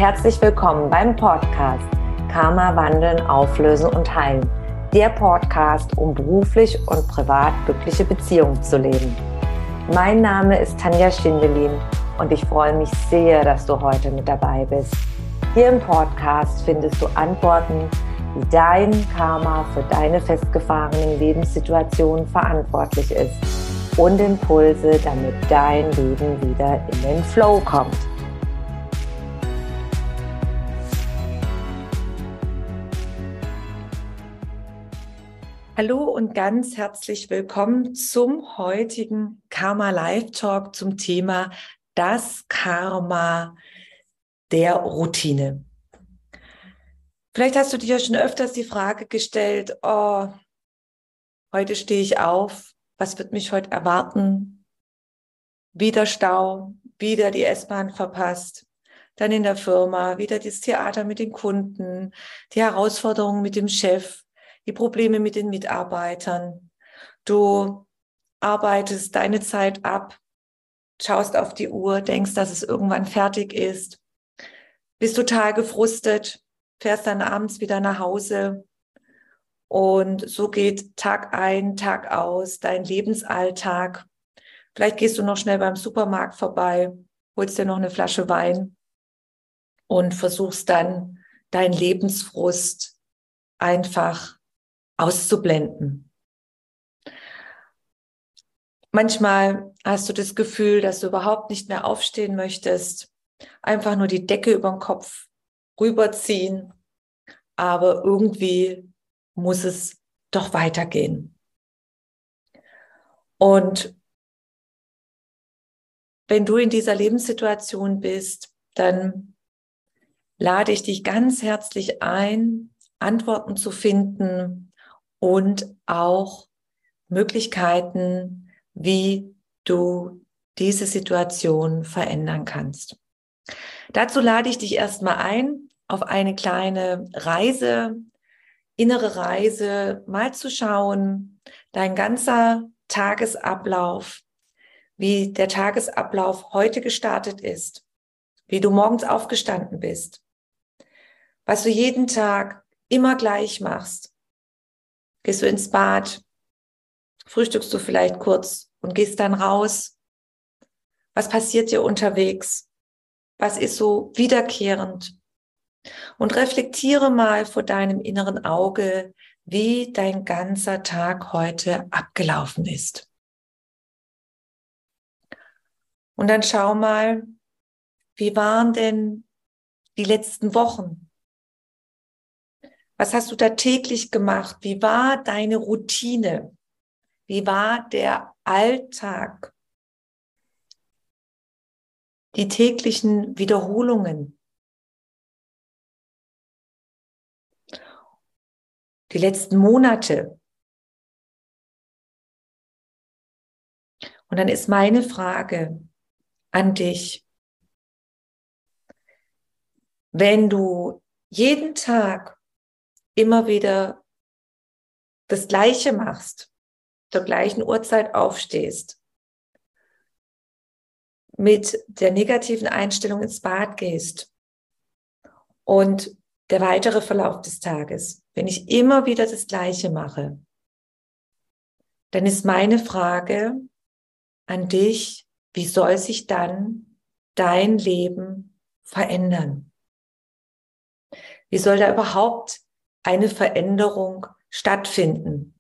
herzlich willkommen beim Podcast Karma wandeln, auflösen und heilen. Der Podcast, um beruflich und privat glückliche Beziehungen zu leben. Mein Name ist Tanja Schindelin und ich freue mich sehr, dass du heute mit dabei bist. Hier im Podcast findest du Antworten, wie dein Karma für deine festgefahrenen Lebenssituationen verantwortlich ist und Impulse, damit dein Leben wieder in den Flow kommt. Hallo und ganz herzlich willkommen zum heutigen Karma Live Talk zum Thema das Karma der Routine. Vielleicht hast du dir ja schon öfters die Frage gestellt, heute stehe ich auf, was wird mich heute erwarten? Wieder Stau, wieder die S-Bahn verpasst, dann in der Firma, wieder das Theater mit den Kunden, die Herausforderungen mit dem Chef, die Probleme mit den Mitarbeitern. Du arbeitest deine Zeit ab, schaust auf die Uhr, denkst, dass es irgendwann fertig ist, bist total gefrustet, fährst dann abends wieder nach Hause und so geht Tag ein, Tag aus, dein Lebensalltag. Vielleicht gehst du noch schnell beim Supermarkt vorbei, holst dir noch eine Flasche Wein und versuchst dann deinen Lebensfrust einfach auszublenden. Manchmal hast du das Gefühl, dass du überhaupt nicht mehr aufstehen möchtest, einfach nur die Decke über den Kopf rüberziehen, aber irgendwie muss es doch weitergehen. Und wenn du in dieser Lebenssituation bist, dann lade ich dich ganz herzlich ein, Antworten zu finden und auch Möglichkeiten, wie du diese Situation verändern kannst. Dazu lade ich dich erstmal ein, auf eine kleine Reise, innere Reise, mal zu schauen, dein ganzer Tagesablauf, wie der Tagesablauf heute gestartet ist, wie du morgens aufgestanden bist, was du jeden Tag immer gleich machst. Gehst du ins Bad, frühstückst du vielleicht kurz und gehst dann raus. Was passiert dir unterwegs? Was ist so wiederkehrend? Und reflektiere mal vor deinem inneren Auge, wie dein ganzer Tag heute abgelaufen ist. Und dann schau mal, wie waren denn die letzten Wochen? Was hast du da täglich gemacht? Wie war deine Routine? Wie war der Alltag? Die täglichen Wiederholungen? Die letzten Monate? Und dann ist meine Frage an dich, wenn du jeden Tag immer wieder das Gleiche machst, zur gleichen Uhrzeit aufstehst, mit der negativen Einstellung ins Bad gehst und der weitere Verlauf des Tages, wenn ich immer wieder das Gleiche mache, dann ist meine Frage an dich, wie soll sich dann dein Leben verändern? Wie soll da überhaupt eine Veränderung stattfinden?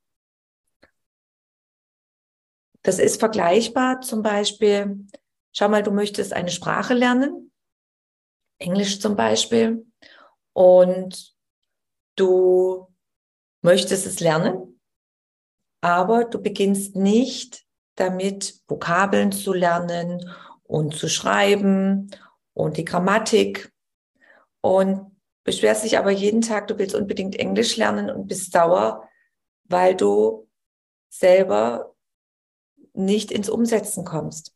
Das ist vergleichbar zum Beispiel, schau mal, du möchtest eine Sprache lernen, Englisch zum Beispiel, und du möchtest es lernen, aber du beginnst nicht damit, Vokabeln zu lernen und zu schreiben und die Grammatik und beschwerst dich aber jeden Tag, du willst unbedingt Englisch lernen und bist sauer, weil du selber nicht ins Umsetzen kommst.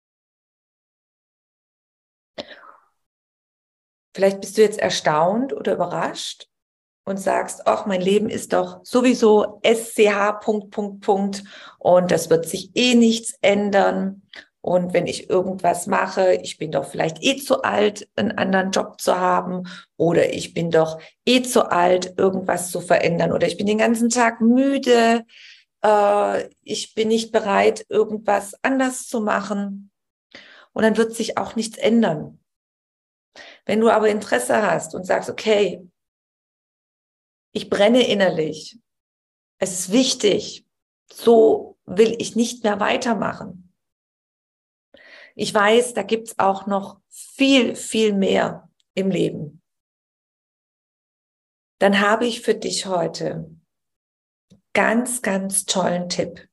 Vielleicht bist du jetzt erstaunt oder überrascht und sagst, ach, mein Leben ist doch sowieso SCH ... und das wird sich eh nichts ändern Und wenn ich irgendwas mache, ich bin doch vielleicht zu alt, einen anderen Job zu haben, oder ich bin doch zu alt, irgendwas zu verändern, oder ich bin den ganzen Tag müde, ich bin nicht bereit, irgendwas anders zu machen. Und dann wird sich auch nichts ändern. Wenn du aber Interesse hast und sagst, okay, ich brenne innerlich, es ist wichtig, so will ich nicht mehr weitermachen. Ich weiß, da gibt's auch noch viel, viel mehr im Leben. Dann habe ich für dich heute ganz, ganz tollen Tipp.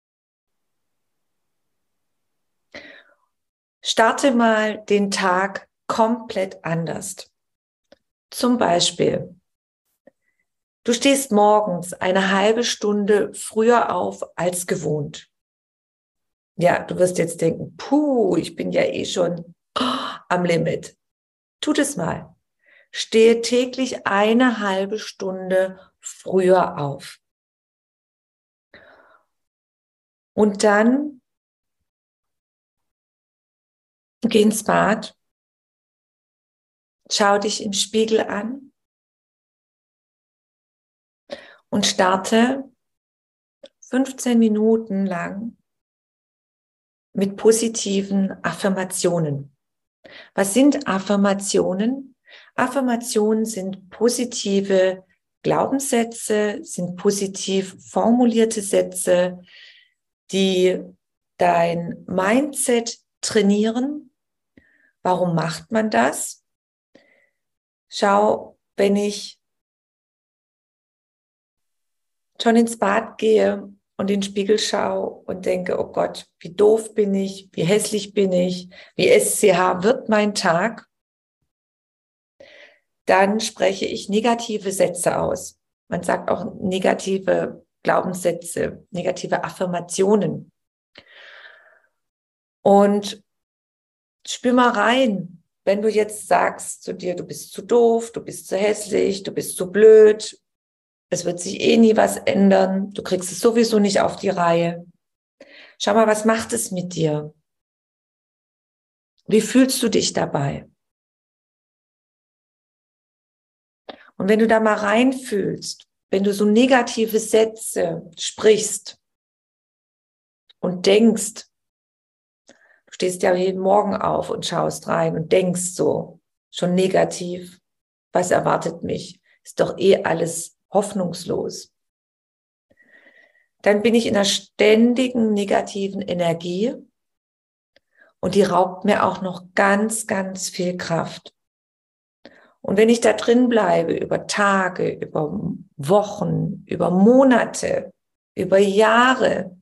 Starte mal den Tag komplett anders. Zum Beispiel, du stehst morgens eine halbe Stunde früher auf als gewohnt. Ja, du wirst jetzt denken, puh, ich bin ja eh schon am Limit. Tut es mal. Stehe täglich eine halbe Stunde früher auf. Und dann geh ins Bad, schau dich im Spiegel an und starte 15 Minuten lang mit positiven Affirmationen. Was sind Affirmationen? Affirmationen sind positive Glaubenssätze, sind positiv formulierte Sätze, die dein Mindset trainieren. Warum macht man das? Schau, wenn ich schon ins Bad gehe und in den Spiegel schaue und denke, oh Gott, wie doof bin ich, wie hässlich bin ich, wie SCH wird mein Tag, dann spreche ich negative Sätze aus. Man sagt auch negative Glaubenssätze, negative Affirmationen. Und spür mal rein, wenn du jetzt sagst zu dir, du bist zu doof, du bist zu hässlich, du bist zu blöd, es wird sich eh nie was ändern, du kriegst es sowieso nicht auf die Reihe. Schau mal, was macht es mit dir? Wie fühlst du dich dabei? Und wenn du da mal reinfühlst, wenn du so negative Sätze sprichst und denkst, du stehst ja jeden Morgen auf und schaust rein und denkst so, schon negativ, was erwartet mich? Ist doch eh alles hoffnungslos. Dann bin ich in einer ständigen negativen Energie und die raubt mir auch noch ganz, ganz viel Kraft. Und wenn ich da drin bleibe, über Tage, über Wochen, über Monate, über Jahre,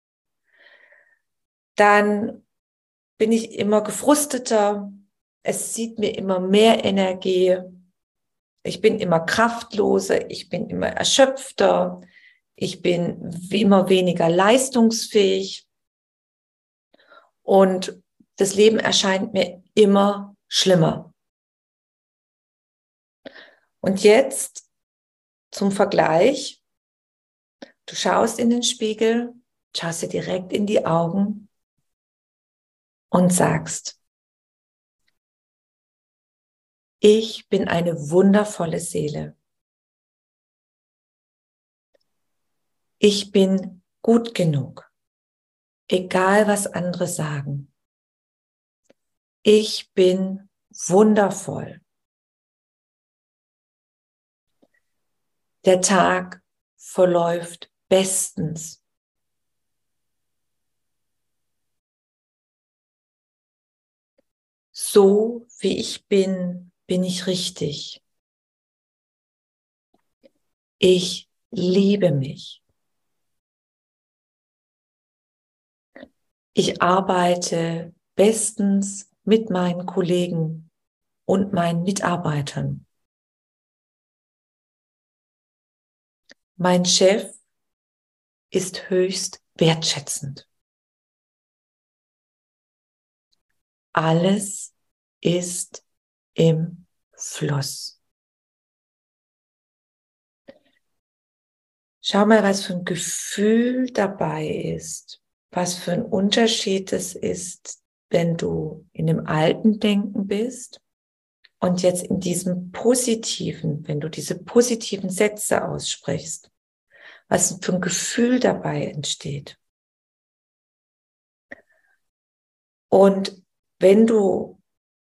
dann bin ich immer gefrusteter, es zieht mir immer mehr Energie, ich bin immer kraftloser, ich bin immer erschöpfter, ich bin immer weniger leistungsfähig und das Leben erscheint mir immer schlimmer. Und jetzt zum Vergleich, du schaust in den Spiegel, schaust dir direkt in die Augen und sagst, ich bin eine wundervolle Seele. Ich bin gut genug, egal was andere sagen. Ich bin wundervoll. Der Tag verläuft bestens. So wie ich bin, bin ich richtig. Ich liebe mich. Ich arbeite bestens mit meinen Kollegen und meinen Mitarbeitern. Mein Chef ist höchst wertschätzend. Alles ist im Fluss. Schau mal, was für ein Gefühl dabei ist, was für ein Unterschied es ist, wenn du in dem alten Denken bist und jetzt in diesem positiven, wenn du diese positiven Sätze aussprichst, was für ein Gefühl dabei entsteht. Und wenn du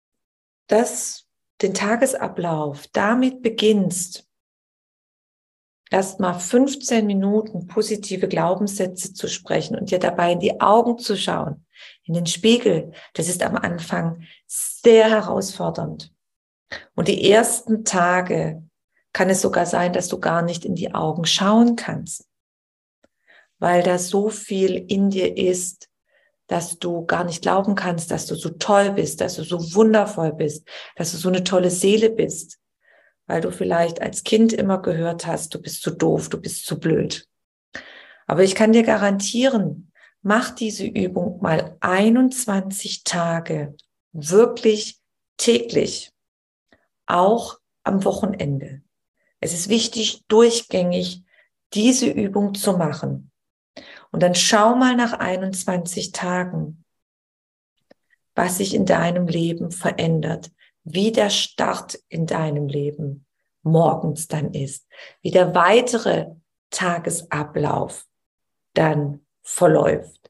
den Tagesablauf damit beginnst, erstmal 15 Minuten positive Glaubenssätze zu sprechen und dir dabei in die Augen zu schauen, in den Spiegel, das ist am Anfang sehr herausfordernd. Und die ersten Tage kann es sogar sein, dass du gar nicht in die Augen schauen kannst, weil da so viel in dir ist, dass du gar nicht glauben kannst, dass du so toll bist, dass du so wundervoll bist, dass du so eine tolle Seele bist, weil du vielleicht als Kind immer gehört hast, du bist zu doof, du bist zu blöd. Aber ich kann dir garantieren, mach diese Übung mal 21 Tage, wirklich täglich, auch am Wochenende. Es ist wichtig, durchgängig diese Übung zu machen. Und dann schau mal nach 21 Tagen, was sich in deinem Leben verändert, wie der Start in deinem Leben morgens dann ist, wie der weitere Tagesablauf dann verläuft.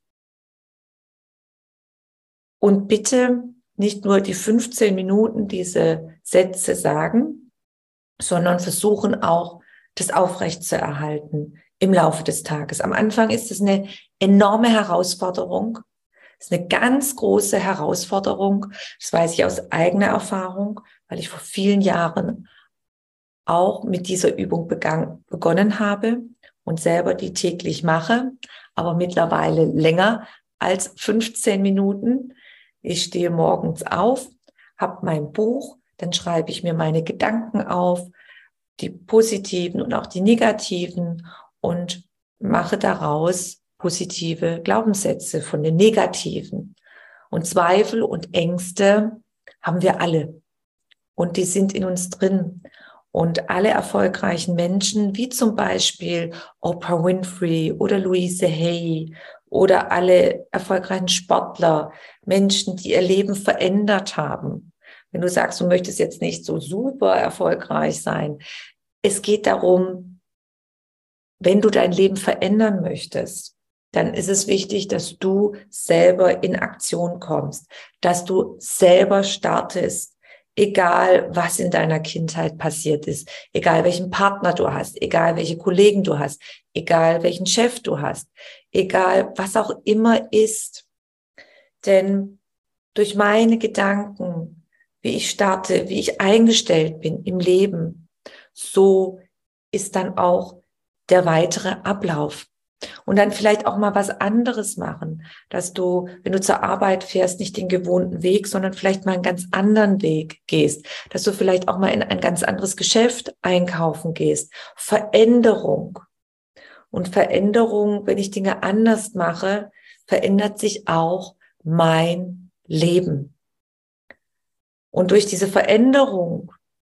Und bitte nicht nur die 15 Minuten diese Sätze sagen, sondern versuchen auch, das aufrechtzuerhalten im Laufe des Tages. Am Anfang ist es eine enorme Herausforderung. Es ist eine ganz große Herausforderung. Das weiß ich aus eigener Erfahrung, weil ich vor vielen Jahren auch mit dieser Übung begonnen habe und selber die täglich mache, aber mittlerweile länger als 15 Minuten. Ich stehe morgens auf, habe mein Buch, dann schreibe ich mir meine Gedanken auf, die positiven und auch die negativen, und mache daraus positive Glaubenssätze von den negativen. Und Zweifel und Ängste haben wir alle. Und die sind in uns drin. Und alle erfolgreichen Menschen, wie zum Beispiel Oprah Winfrey oder Louise Hay oder alle erfolgreichen Sportler, Menschen, die ihr Leben verändert haben. Wenn du sagst, du möchtest jetzt nicht so super erfolgreich sein, es geht darum, wenn du dein Leben verändern möchtest, dann ist es wichtig, dass du selber in Aktion kommst, dass du selber startest, egal was in deiner Kindheit passiert ist, egal welchen Partner du hast, egal welche Kollegen du hast, egal welchen Chef du hast, egal was auch immer ist. Denn durch meine Gedanken, wie ich starte, wie ich eingestellt bin im Leben, so ist dann auch der weitere Ablauf. Und dann vielleicht auch mal was anderes machen, dass du, wenn du zur Arbeit fährst, nicht den gewohnten Weg, sondern vielleicht mal einen ganz anderen Weg gehst, dass du vielleicht auch mal in ein ganz anderes Geschäft einkaufen gehst. Veränderung. Und Veränderung, wenn ich Dinge anders mache, verändert sich auch mein Leben. Und durch diese Veränderung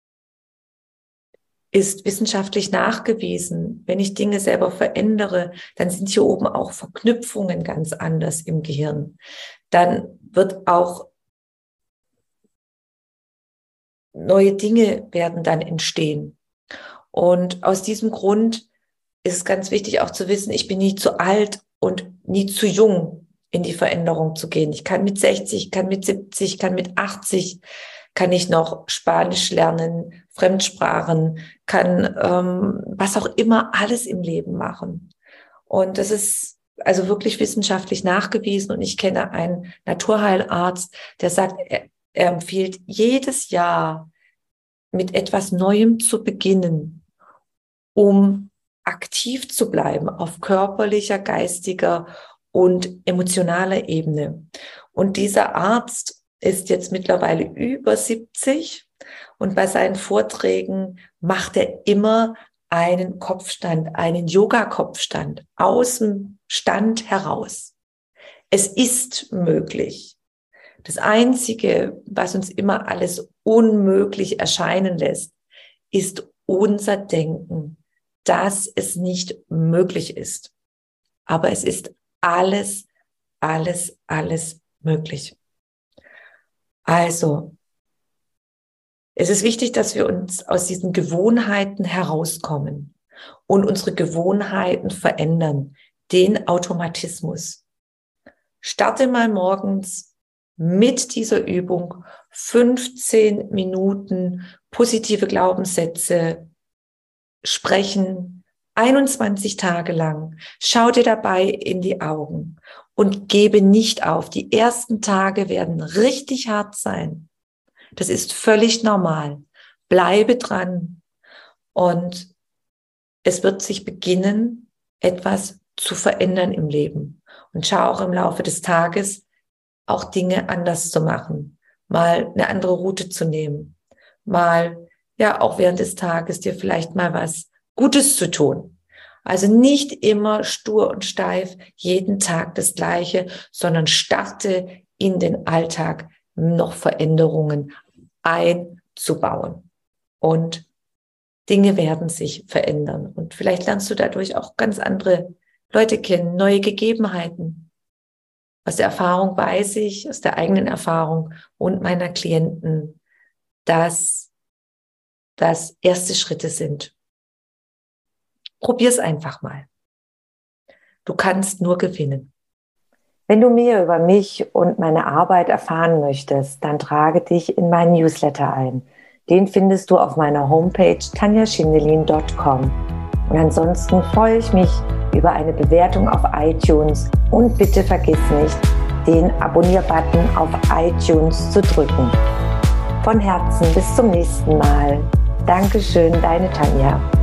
ist wissenschaftlich nachgewiesen, wenn ich Dinge selber verändere, dann sind hier oben auch Verknüpfungen ganz anders im Gehirn. Dann wird auch neue Dinge werden dann entstehen. Und aus diesem Grund ist es ganz wichtig auch zu wissen, ich bin nie zu alt und nie zu jung, in die Veränderung zu gehen. Ich kann mit 60, kann mit 70, kann mit 80, kann ich noch Spanisch lernen, Fremdsprachen, kann was auch immer alles im Leben machen. Und das ist also wirklich wissenschaftlich nachgewiesen. Und ich kenne einen Naturheilarzt, der sagt, er empfiehlt jedes Jahr mit etwas Neuem zu beginnen, um aktiv zu bleiben auf körperlicher, geistiger und emotionaler Ebene. Und dieser Arzt ist jetzt mittlerweile über 70 und bei seinen Vorträgen macht er immer einen Kopfstand, einen Yoga-Kopfstand aus dem Stand heraus. Es ist möglich. Das Einzige, was uns immer alles unmöglich erscheinen lässt, ist unser Denken, dass es nicht möglich ist. Aber es ist alles alles möglich. Also, es ist wichtig, dass wir uns aus diesen Gewohnheiten herauskommen und unsere Gewohnheiten verändern, den Automatismus. Starte mal morgens mit dieser Übung 15 Minuten positive Glaubenssätze sprechen, 21 Tage lang. Schau dir dabei in die Augen und gebe nicht auf. Die ersten Tage werden richtig hart sein. Das ist völlig normal. Bleibe dran und es wird sich beginnen, etwas zu verändern im Leben. Und schau auch im Laufe des Tages, auch Dinge anders zu machen, mal eine andere Route zu nehmen, mal ja auch während des Tages dir vielleicht mal was Gutes zu tun. Also nicht immer stur und steif jeden Tag das Gleiche, sondern starte in den Alltag noch Veränderungen einzubauen. Und Dinge werden sich verändern. Und vielleicht lernst du dadurch auch ganz andere Leute kennen, neue Gegebenheiten. Aus der Erfahrung weiß ich, aus der eigenen Erfahrung und meiner Klienten, dass das erste Schritte sind. Probier's einfach mal. Du kannst nur gewinnen. Wenn du mehr über mich und meine Arbeit erfahren möchtest, dann trage dich in meinen Newsletter ein. Den findest du auf meiner Homepage tanjaschindelin.com. Und ansonsten freue ich mich über eine Bewertung auf iTunes und bitte vergiss nicht, den Abonnier-Button auf iTunes zu drücken. Von Herzen bis zum nächsten Mal. Dankeschön, deine Tanja.